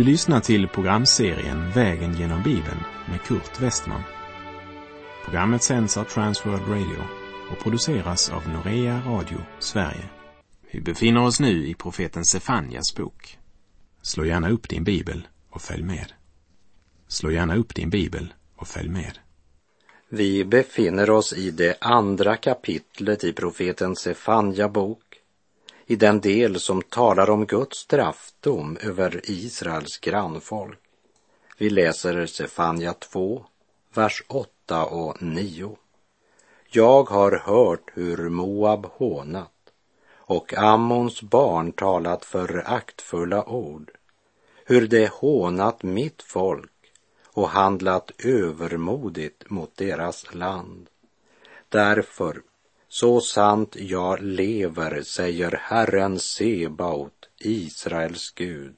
Du lyssnar till programserien Vägen genom Bibeln med Kurt Westman. Programmet sänds av Transworld Radio och produceras av Norea Radio Sverige. Vi befinner oss nu i profeten Sefanjas bok. Slå gärna upp din bibel och följ med. Slå gärna upp din bibel och följ med. Vi befinner oss i det andra kapitlet i profeten Sefanja bok, i den del som talar om Guds straffdom över Israels grannfolk. Vi läser Sefanja 2, vers 8 och 9. Jag har hört hur Moab hånat och Ammons barn talat föraktfulla ord, hur de hånat mitt folk och handlat övermodigt mot deras land. Därför, så sant jag lever, säger Herren Sebaot, Israels Gud,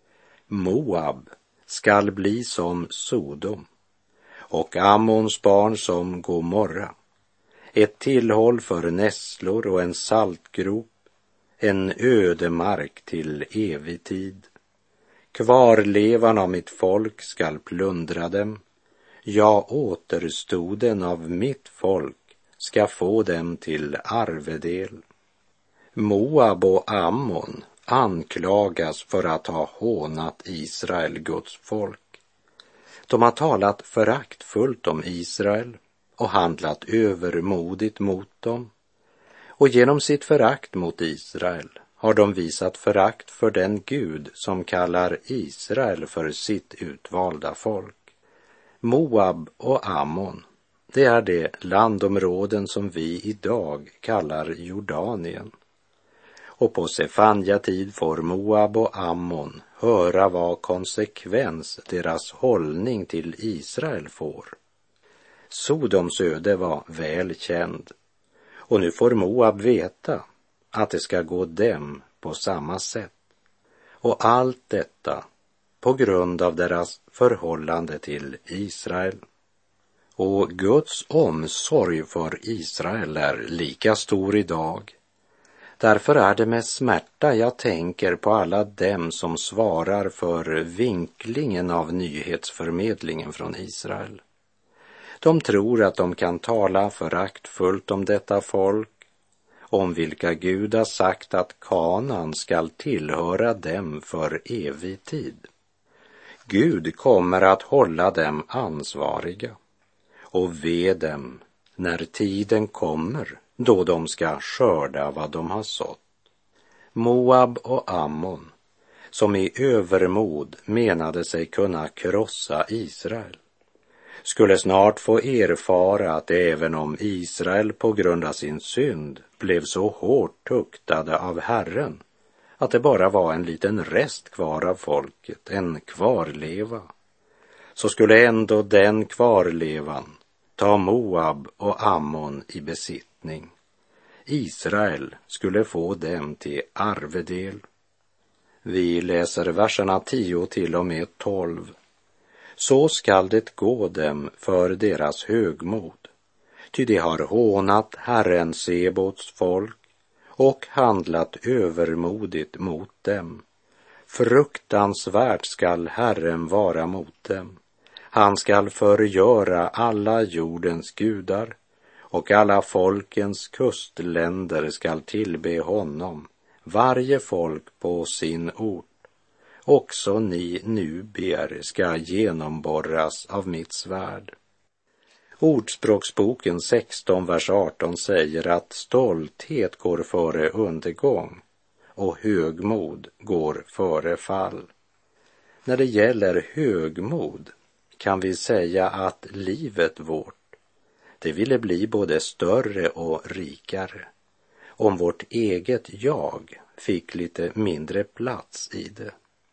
Moab skall bli som Sodom och Ammons barn som Gomorra, ett tillhåll för nässlor och en saltgrop, en ödemark till evig tid. Kvarlevan av mitt folk skall plundra dem, ja, återstoden av mitt folk ska få dem till arvedel. Moab och Ammon anklagas för att ha hånat Israel, Guds folk. De har talat föraktfullt om Israel och handlat övermodigt mot dem. Och genom sitt förakt mot Israel har de visat förakt för den Gud som kallar Israel för sitt utvalda folk. Moab och Ammon, det är de landområden som vi idag kallar Jordanien. Och på Sefanja tid får Moab och Ammon höra vad konsekvens deras hållning till Israel får. Sodoms öde var väl känd, och nu får Moab veta att det ska gå dem på samma sätt. Och allt detta på grund av deras förhållande till Israel. Och Guds omsorg för Israel är lika stor idag. Därför är det med smärta jag tänker på alla dem som svarar för vinklingen av nyhetsförmedlingen från Israel. De tror att de kan tala föraktfullt om detta folk, om vilka Gud har sagt att Kanaan skall tillhöra dem för evig tid. Gud kommer att hålla dem ansvariga, och ve dem när tiden kommer då de ska skörda vad de har sått. Moab och Ammon, som i övermod menade sig kunna krossa Israel, skulle snart få erfara att även om Israel på grund av sin synd blev så hårt tuktade av Herren att det bara var en liten rest kvar av folket, en kvarleva, så skulle ändå den kvarlevan ta Moab och Ammon i besittning. Israel skulle få dem till arvedel. Vi läser verserna 10 till och med 12. Så skall det gå dem för deras högmod, ty de har hånat Herren Sebots folk och handlat övermodigt mot dem. Fruktansvärt skall Herren vara mot dem. Han skall förgöra alla jordens gudar, och alla folkens kustländer skall tillbe honom, varje folk på sin ort. Också ni nubier ska genomborras av mitt svärd. Ordspråksboken 16, vers 18 säger att stolthet går före undergång och högmod går före fall. När det gäller högmod kan vi säga att livet vårt, det ville bli både större och rikare, om vårt eget jag fick lite mindre plats i det.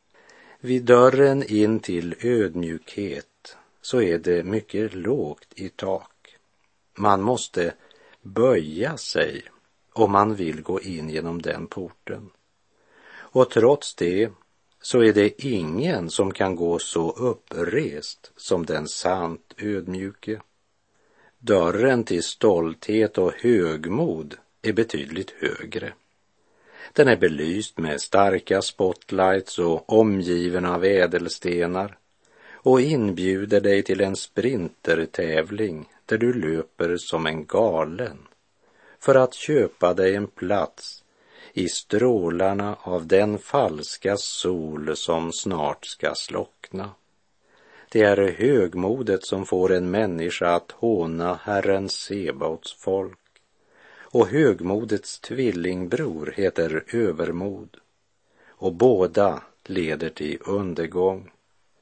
Vid dörren in till ödmjukhet så är det mycket lågt i tak. Man måste böja sig om man vill gå in genom den porten. Och trots det så är det ingen som kan gå så upprest som den sant ödmjuke. Dörren till stolthet och högmod är betydligt högre. Den är belyst med starka spotlights och omgiven av ädelstenar och inbjuder dig till en sprintertävling där du löper som en galen för att köpa dig en plats i strålarna av den falska sol som snart ska slockna. Det är högmodet som får en människa att håna Herren Sebaots folk, och högmodets tvillingbror heter övermod, och båda leder till undergång.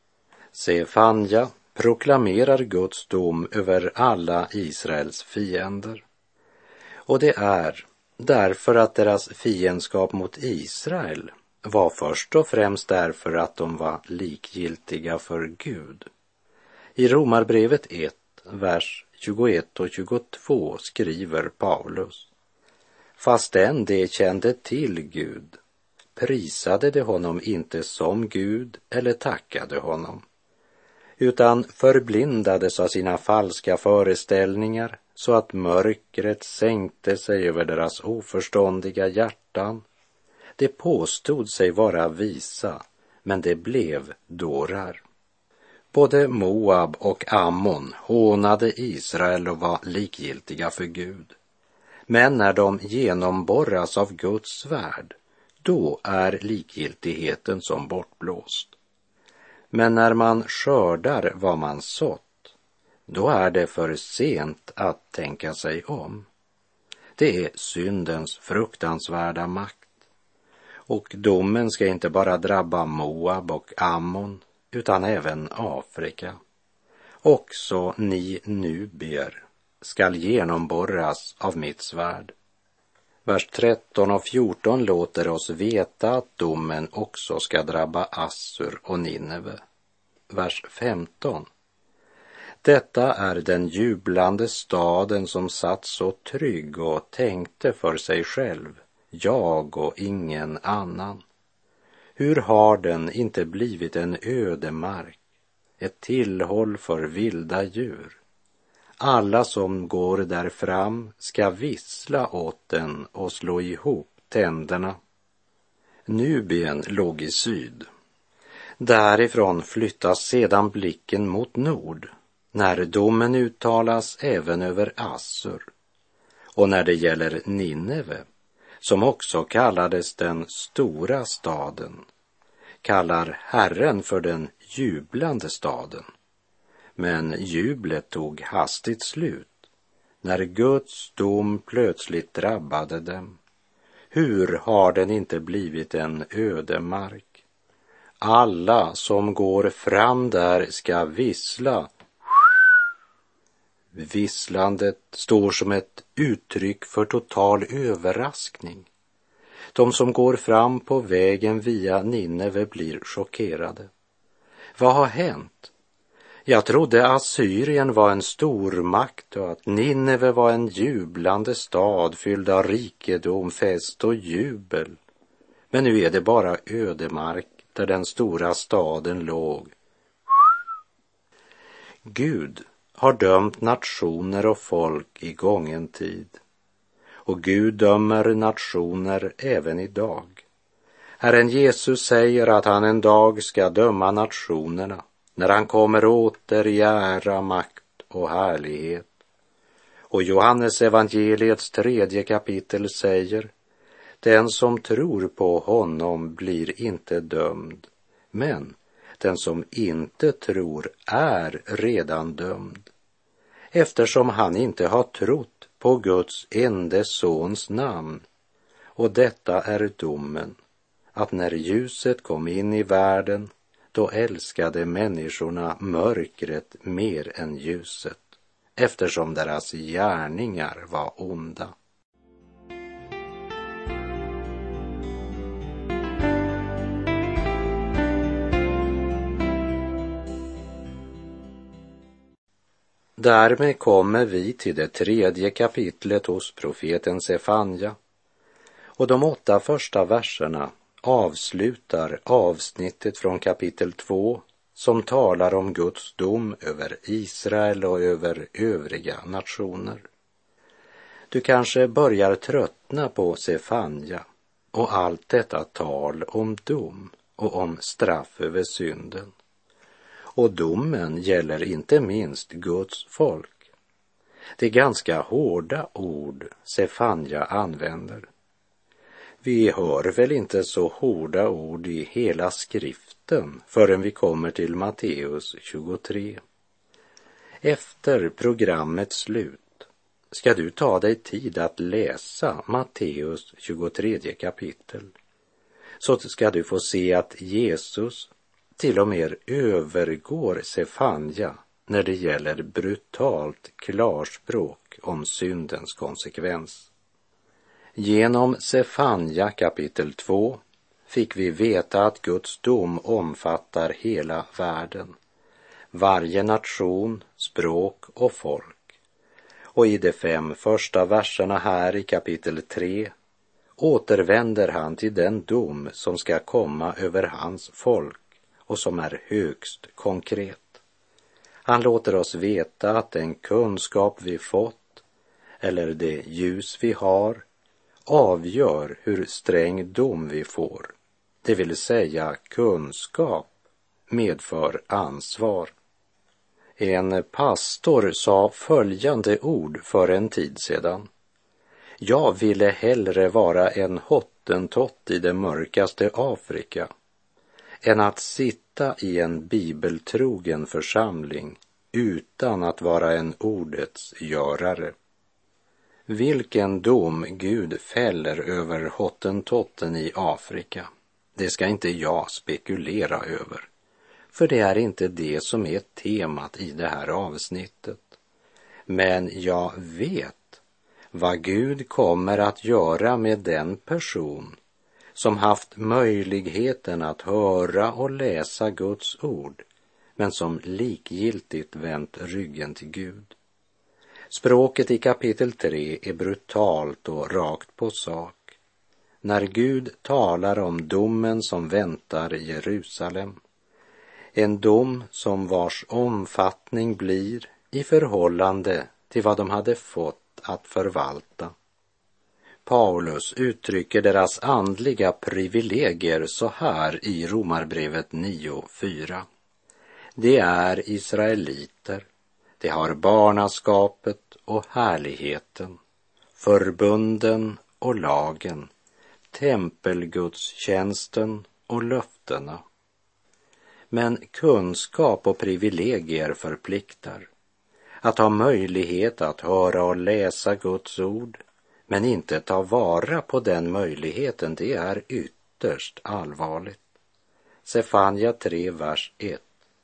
Sefanja proklamerar Guds dom över alla Israels fiender, och det är därför att deras fiendskap mot Israel var först och främst därför att de var likgiltiga för Gud. I Romarbrevet 1, vers 21 och 22 skriver Paulus: fastän de kände till Gud prisade de honom inte som Gud eller tackade honom, utan förblindades av sina falska föreställningar så att mörkret sänkte sig över deras oförståndiga hjärtan. De påstod sig vara visa, men det blev dårar. Både Moab och Ammon hånade Israel och var likgiltiga för Gud. Men när de genomborras av Guds svärd, då är likgiltigheten som bortblåst. Men när man skördar vad man sått, då är det för sent att tänka sig om. Det är syndens fruktansvärda makt. Och domen ska inte bara drabba Moab och Ammon, utan även Afrika. Också ni nubier skall genomborras av mitt svärd. Vers 13 och 14 låter oss veta att domen också ska drabba Assur och Nineve. Vers 15. Detta är den jublande staden som satt så trygg och tänkte för sig själv, jag och ingen annan. Hur har den inte blivit en ödemark, ett tillhåll för vilda djur? Alla som går där fram ska vissla åt den och slå ihop tänderna. Nubien låg i syd. Därifrån flyttas sedan blicken mot nord, när domen uttalas även över Assur. Och när det gäller Nineve, som också kallades den stora staden, kallar Herren för den jublande staden. Men jublet tog hastigt slut när Guds dom plötsligt drabbade dem. Hur har den inte blivit en ödemark? Alla som går fram där ska vissla. Visslandet står som ett uttryck för total överraskning. De som går fram på vägen via Nineve blir chockerade. Vad har hänt? Jag trodde Assyrien var en stormakt och att Nineve var en jublande stad fylld av rikedom, fest och jubel. Men nu är det bara ödemark där den stora staden låg. Gud har dömt nationer och folk i gången tid. Och Gud dömer nationer även idag. Herren Jesus säger att han en dag ska döma nationerna när han kommer åter i ära, makt och härlighet. Och Johannes evangeliets 3:e kapitel säger: den som tror på honom blir inte dömd, men den som inte tror är redan dömd, eftersom han inte har trott på Guds ende sons namn. Och detta är domen, att när ljuset kom in i världen, då älskade människorna mörkret mer än ljuset, eftersom deras gärningar var onda. Därmed kommer vi till det 3:e kapitlet hos profeten Sefanja, och de 8 första verserna avslutar avsnittet från kapitel 2 som talar om Guds dom över Israel och över övriga nationer. Du kanske börjar tröttna på Sefanja, och allt detta tal om dom och om straff över synden. Och domen gäller inte minst Guds folk. Det är ganska hårda ord Sefanja använder. Vi hör väl inte så hårda ord i hela skriften förrän vi kommer till Matteus 23. Efter programmets slut ska du ta dig tid att läsa Matteus 23 kapitel. Så ska du få se att Jesus till och med övergår Sefanja när det gäller brutalt klarspråk om syndens konsekvens. Genom Sefanja kapitel 2 fick vi veta att Guds dom omfattar hela världen, varje nation, språk och folk. Och i de 5 första verserna här i kapitel 3 återvänder han till den dom som ska komma över hans folk och som är högst konkret. Han låter oss veta att den kunskap vi fått eller det ljus vi har avgör hur sträng dom vi får. Det vill säga kunskap medför ansvar. En pastor sa följande ord för en tid sedan. Jag ville hellre vara en hottentott i det mörkaste Afrika än att sitta i en bibeltrogen församling utan att vara en ordets görare. Vilken dom Gud fäller över hottentotten i Afrika, det ska inte jag spekulera över. För det är inte det som är temat i det här avsnittet. Men jag vet vad Gud kommer att göra med den person som haft möjligheten att höra och läsa Guds ord, men som likgiltigt vänt ryggen till Gud. Språket i kapitel 3 är brutalt och rakt på sak. När Gud talar om domen som väntar Jerusalem, en dom som vars omfattning blir i förhållande till vad de hade fått att förvalta. Paulus uttrycker deras andliga privilegier så här i Romarbrevet 9:4. De är israeliter, de har barnaskapet och härligheten, förbunden och lagen, tempelgudstjänsten och löftena. Men kunskap och privilegier förpliktar. Att ha möjlighet att höra och läsa Guds ord, men inte ta vara på den möjligheten, det är ytterst allvarligt. Sefanja 3, vers 1.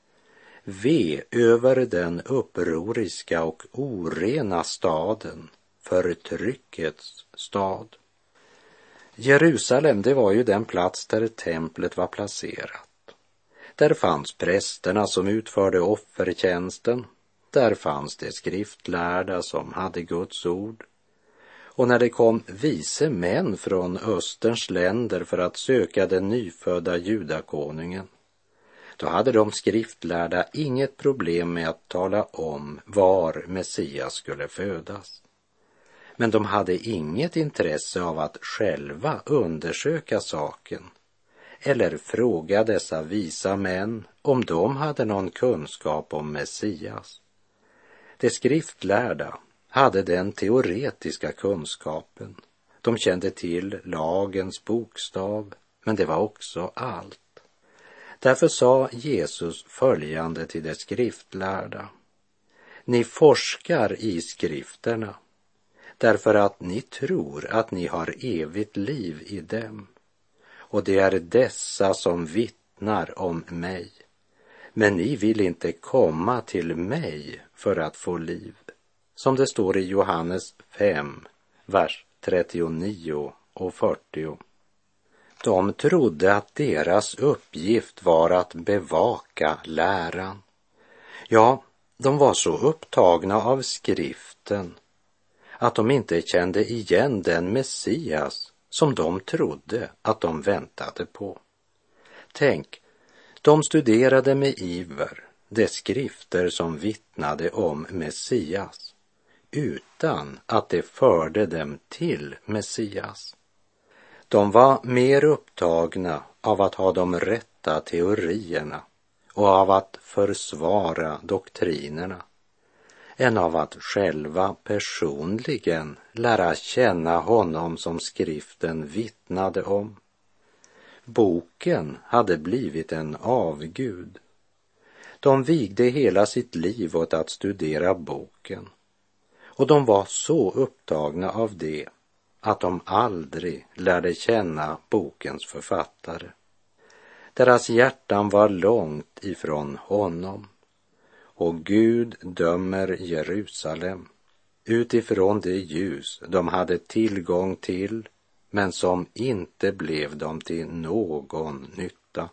Ve över den upproriska och orena staden, förtryckets stad. Jerusalem, det var ju den plats där templet var placerat. Där fanns prästerna som utförde offertjänsten. Där fanns det skriftlärda som hade Guds ord. Och när det kom vise män från Österns länder för att söka den nyfödda judakonungen, då hade de skriftlärda inget problem med att tala om var Messias skulle födas. Men de hade inget intresse av att själva undersöka saken eller fråga dessa visa män om de hade någon kunskap om Messias. De skriftlärda hade den teoretiska kunskapen. De kände till lagens bokstav, men det var också allt. Därför sa Jesus följande till de skriftlärda. Ni forskar i skrifterna, därför att ni tror att ni har evigt liv i dem. Och det är dessa som vittnar om mig. Men ni vill inte komma till mig för att få liv. Som det står i Johannes 5, vers 39 och 40. De trodde att deras uppgift var att bevaka läran. Ja, de var så upptagna av skriften att de inte kände igen den Messias som de trodde att de väntade på. Tänk, de studerade med iver de skrifter som vittnade om Messias, utan att det förde dem till Messias. De var mer upptagna av att ha de rätta teorierna och av att försvara doktrinerna än av att själva personligen lära känna honom som skriften vittnade om. Boken hade blivit en avgud. De vigde hela sitt liv åt att studera boken, och de var så upptagna av det att de aldrig lärde känna bokens författare. Deras hjärtan var långt ifrån honom, och Gud dömer Jerusalem utifrån det ljus de hade tillgång till, men som inte blev dem till någon nytta.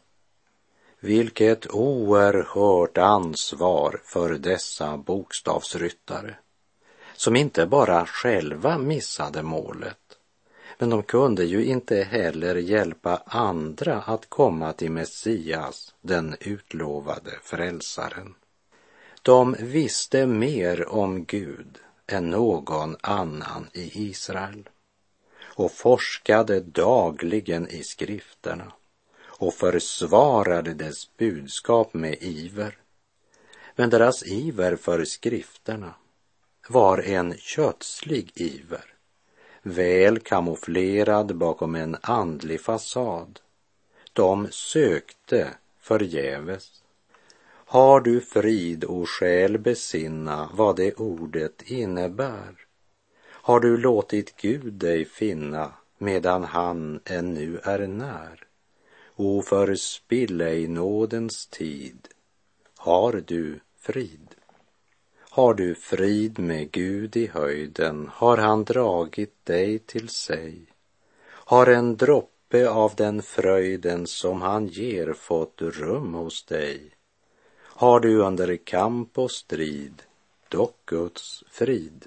Vilket oerhört ansvar för dessa bokstavsryttare, som inte bara själva missade målet, men de kunde ju inte heller hjälpa andra att komma till Messias, den utlovade frälsaren. De visste mer om Gud än någon annan i Israel och forskade dagligen i skrifterna och försvarade dess budskap med iver. Men deras iver för skrifterna var en kötslig iver, väl kamouflerad bakom en andlig fasad. De sökte förgäves. Har du frid och själ besinna vad det ordet innebär? Har du låtit Gud dig finna medan han ännu är när? O förspill ej nådens tid. Har du frid? Har du frid med Gud i höjden? Har han dragit dig till sig? Har en droppe av den fröjden som han ger fått rum hos dig? Har du under kamp och strid dock Guds frid?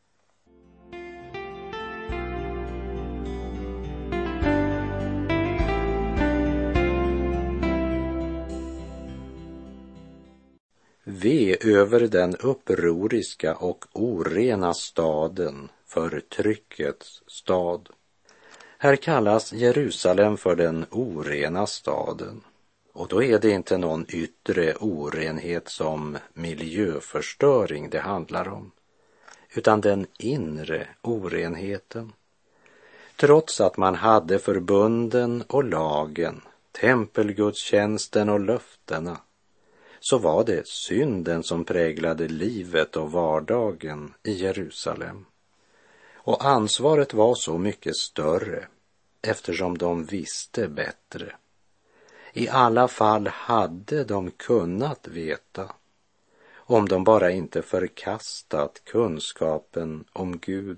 Ve över den upproriska och orena staden, förtryckets stad. Här kallas Jerusalem för den orena staden. Och då är det inte någon yttre orenhet som miljöförstöring det handlar om, utan den inre orenheten. Trots att man hade förbunden och lagen, tempelgudstjänsten och löftena, så var det synden som präglade livet och vardagen i Jerusalem. Och ansvaret var så mycket större eftersom de visste bättre. I alla fall hade de kunnat veta, om de bara inte förkastat kunskapen om Gud.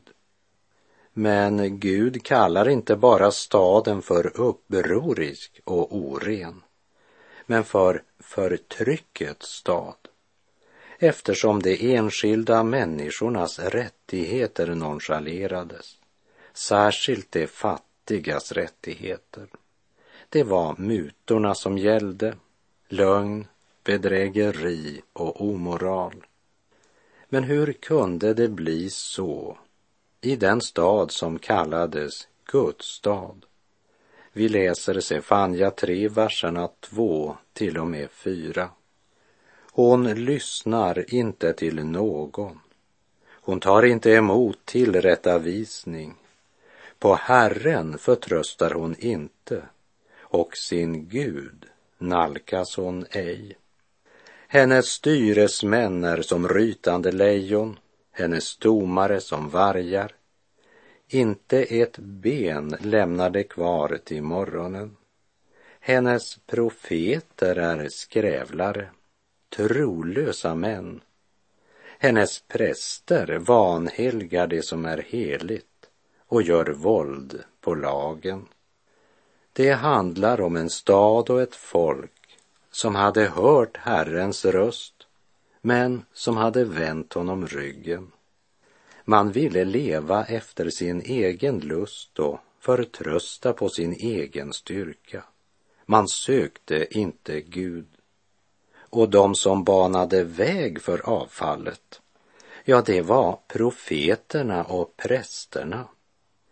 Men Gud kallar inte bara staden för upprorisk och oren, men för förtryckets stad, eftersom de enskilda människornas rättigheter nonchalerades, särskilt de fattigas rättigheter. Det var mutorna som gällde, lögn, bedrägeri och omoral. Men hur kunde det bli så i den stad som kallades Guds stad? Vi läser Sefanja 3, verserna 2 till och med 4. Hon lyssnar inte till någon. Hon tar inte emot tillrättavisning. På Herren förtröstar hon inte, och sin Gud nalkas hon ej. Hennes styresmän är som rytande lejon, hennes domare som vargar. Inte ett ben lämnar det kvar till morgonen. Hennes profeter är skrävlare, trolösa män. Hennes präster vanhelgar det som är heligt och gör våld på lagen. Det handlar om en stad och ett folk som hade hört Herrens röst, men som hade vänt honom ryggen. Man ville leva efter sin egen lust och förtrösta på sin egen styrka. Man sökte inte Gud. Och de som banade väg för avfallet, ja, det var profeterna och prästerna.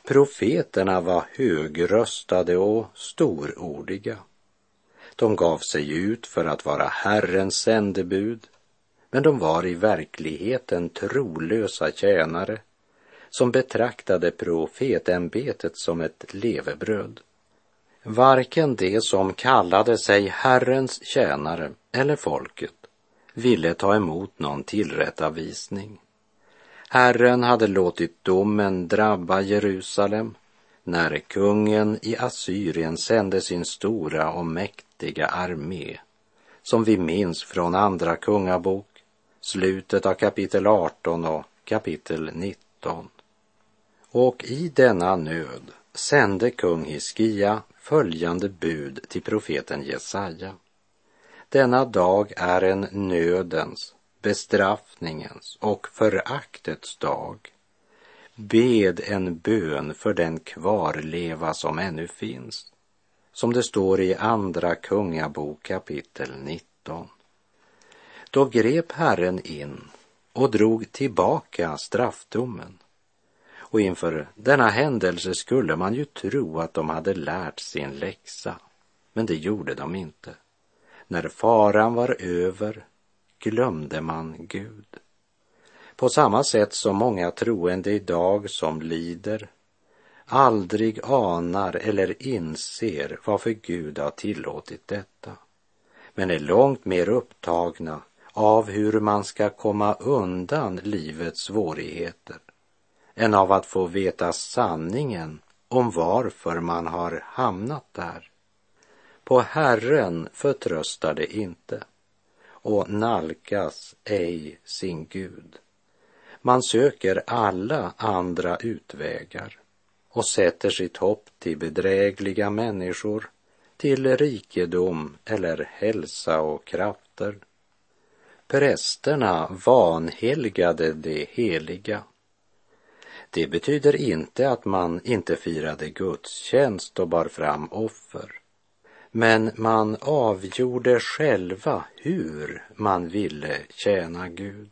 Profeterna var högröstade och storordiga. De gav sig ut för att vara Herrens sändebud, men de var i verkligheten trolösa tjänare som betraktade profetämbetet som ett levebröd. Varken de som kallade sig Herrens tjänare eller folket ville ta emot någon tillrättavisning. Herren hade låtit domen drabba Jerusalem när kungen i Assyrien sände sin stora och mäktiga armé, som vi minns från Andra Kungabok, slutet av kapitel 18 och kapitel 19. Och i denna nöd sände kung Hiskia följande bud till profeten Jesaja. Denna dag är en nödens, bestraffningens och föraktets dag. Bed en bön för den kvarleva som ännu finns, som det står i Andra Kungabok kapitel 19. Då grep Herren in och drog tillbaka straffdomen. Och inför denna händelse skulle man ju tro att de hade lärt sin läxa, men det gjorde de inte. När faran var över glömde man Gud. På samma sätt som många troende idag som lider aldrig anar eller inser varför Gud har tillåtit detta, men är långt mer upptagna av hur man ska komma undan livets svårigheter än av att få veta sanningen om varför man har hamnat där. På Herren förtröstar det inte och nalkas ej sin Gud. Man söker alla andra utvägar och sätter sitt hopp till bedrägliga människor, till rikedom eller hälsa och krafter. Prästerna vanhelgade det heliga. Det betyder inte att man inte firade gudstjänst och bar fram offer, men man avgjorde själva hur man ville tjäna Gud.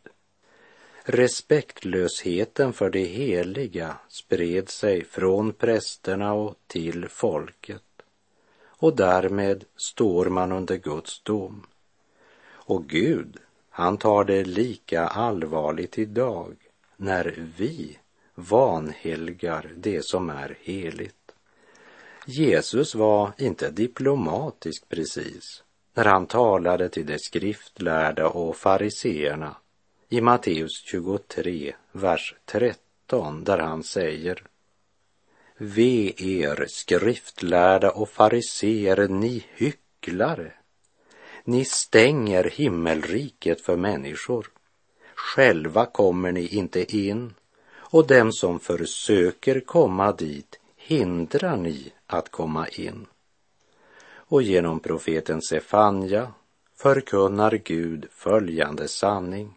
Respektlösheten för det heliga spred sig från prästerna och till folket, och därmed står man under Guds dom. Och Gud, han tar det lika allvarligt idag när vi vanhelgar det som är heligt. Jesus var inte diplomatisk precis när han talade till de skriftlärda och fariseerna i Matteus 23, vers 13, där han säger: Ve er skriftlärda och fariseer, ni hycklare! Ni stänger himmelriket för människor. Själva kommer ni inte in, och dem som försöker komma dit hindrar ni att komma in. Och genom profeten Sefanja förkunnar Gud följande sanning: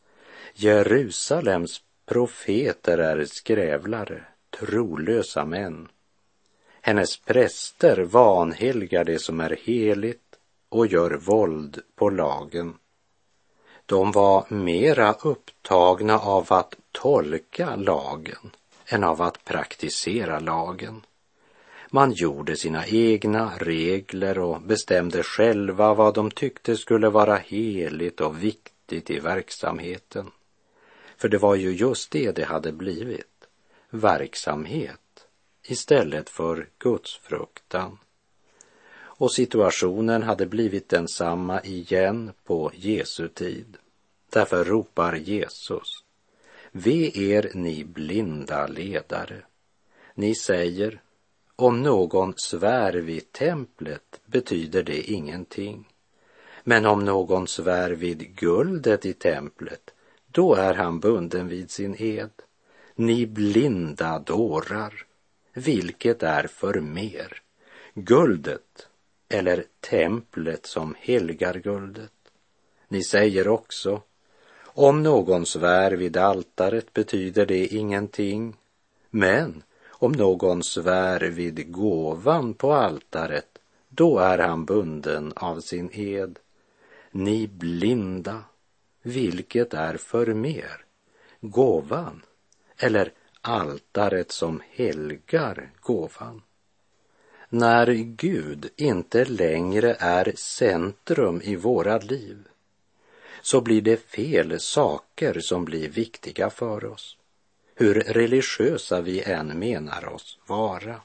Jerusalems profeter är skrävlare, trolösa män. Hennes präster vanhelgar det som är heligt och gör våld på lagen. De var mera upptagna av att tolka lagen än av att praktisera lagen. Man gjorde sina egna regler och bestämde själva vad de tyckte skulle vara heligt och viktigt i verksamheten. För det var ju just det hade blivit, verksamhet istället för gudsfruktan. Och situationen hade blivit densamma igen på Jesu tid. Därför ropar Jesus: Ve er ni blinda ledare. Ni säger, om någon svär vid templet betyder det ingenting. Men om någon svär vid guldet i templet, då är han bunden vid sin ed. Ni blinda dårar, vilket är för mer, guldet eller templet som helgar guldet? Ni säger också, om någon svär vid altaret betyder det ingenting, men om någon svär vid gåvan på altaret, då är han bunden av sin ed. Ni blinda, vilket är för mer, gåvan eller altaret som helgar gåvan. När Gud inte längre är centrum i våra liv, så blir det fel saker som blir viktiga för oss, hur religiösa vi än menar oss vara.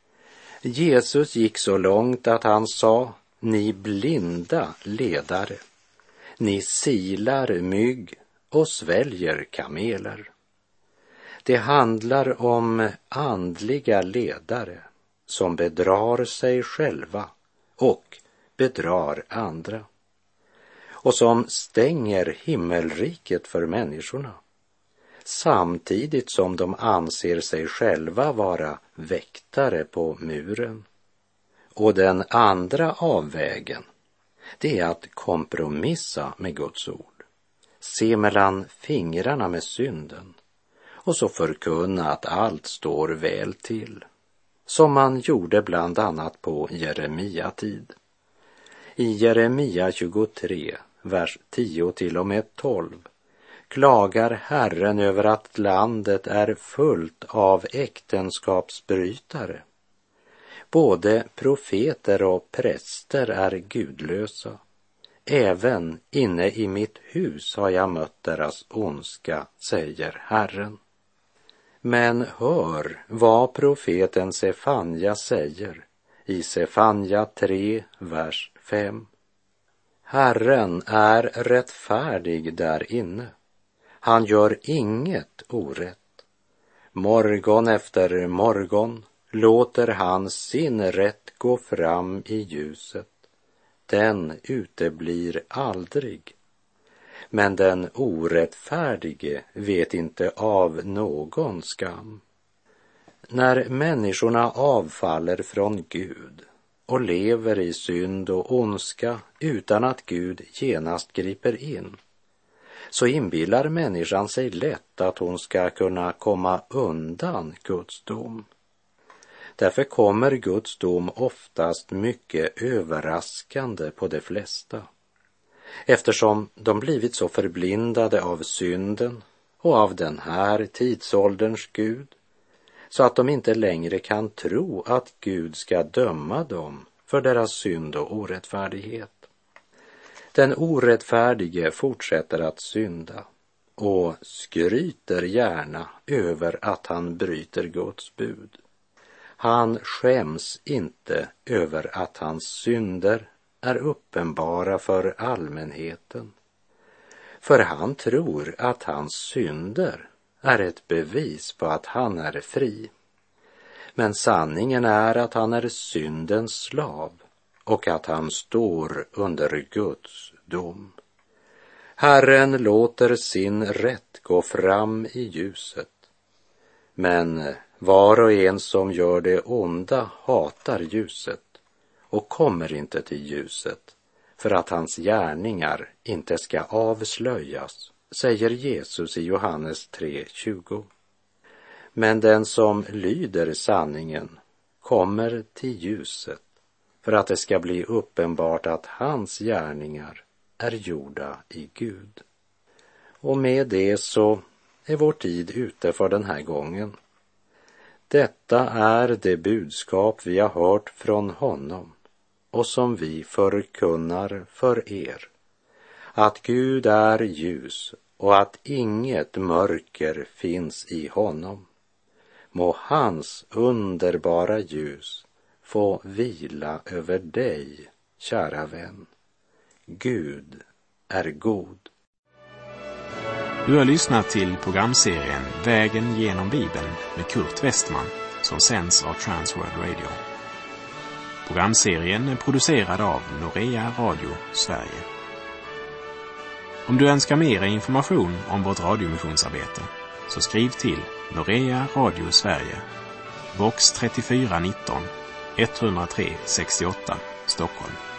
Jesus gick så långt att han sa: ni blinda ledare, ni silar mygg och sväljer kameler. Det handlar om andliga ledare som bedrar sig själva och bedrar andra, och som stänger himmelriket för människorna, samtidigt som de anser sig själva vara väktare på muren. Och den andra avvägen, det är att kompromissa med Guds ord, se mellan fingrarna med synden och så förkunna att allt står väl till, som man gjorde bland annat på Jeremia tid. I Jeremia 23, vers 10 till och med 12, klagar Herren över att landet är fullt av äktenskapsbrytare. Både profeter och präster är gudlösa. Även inne i mitt hus har jag mött deras ondska, säger Herren. Men hör vad profeten Sefanja säger i Sefanja 3, vers 5. Herren är rättfärdig där inne. Han gör inget orätt. Morgon efter morgon låter han sin rätt gå fram i ljuset. Den uteblir aldrig. Men den orättfärdige vet inte av någon skam. När människorna avfaller från Gud och lever i synd och ondska utan att Gud genast griper in, så inbillar människan sig lätt att hon ska kunna komma undan Guds dom. Därför kommer Guds dom oftast mycket överraskande på de flesta, eftersom de blivit så förblindade av synden och av den här tidsålderns Gud, så att de inte längre kan tro att Gud ska döma dem för deras synd och orättfärdighet. Den orättfärdige fortsätter att synda och skryter gärna över att han bryter Guds bud. Han skäms inte över att hans synder är uppenbara för allmänheten, för han tror att hans synder är ett bevis på att han är fri. Men sanningen är att han är syndens slav och att han står under Guds dom. Herren låter sin rätt gå fram i ljuset, men var och en som gör det onda hatar ljuset och kommer inte till ljuset för att hans gärningar inte ska avslöjas, säger Jesus i Johannes 3:20. Men den som lyder sanningen kommer till ljuset för att det ska bli uppenbart att hans gärningar är gjorda i Gud. Och med det så är vår tid ute för den här gången. Detta är det budskap vi har hört från honom och som vi förkunnar för er, att Gud är ljus och att inget mörker finns i honom. Må hans underbara ljus få vila över dig, kära vän. Gud är god. Du har lyssnat till programserien Vägen genom Bibeln med Kurt Westman som sänds av Transworld Radio. Programserien är producerad av Norea Radio Sverige. Om du önskar mer information om vårt radiomissionsarbete så skriv till Norea Radio Sverige, box 3419 103 68, Stockholm.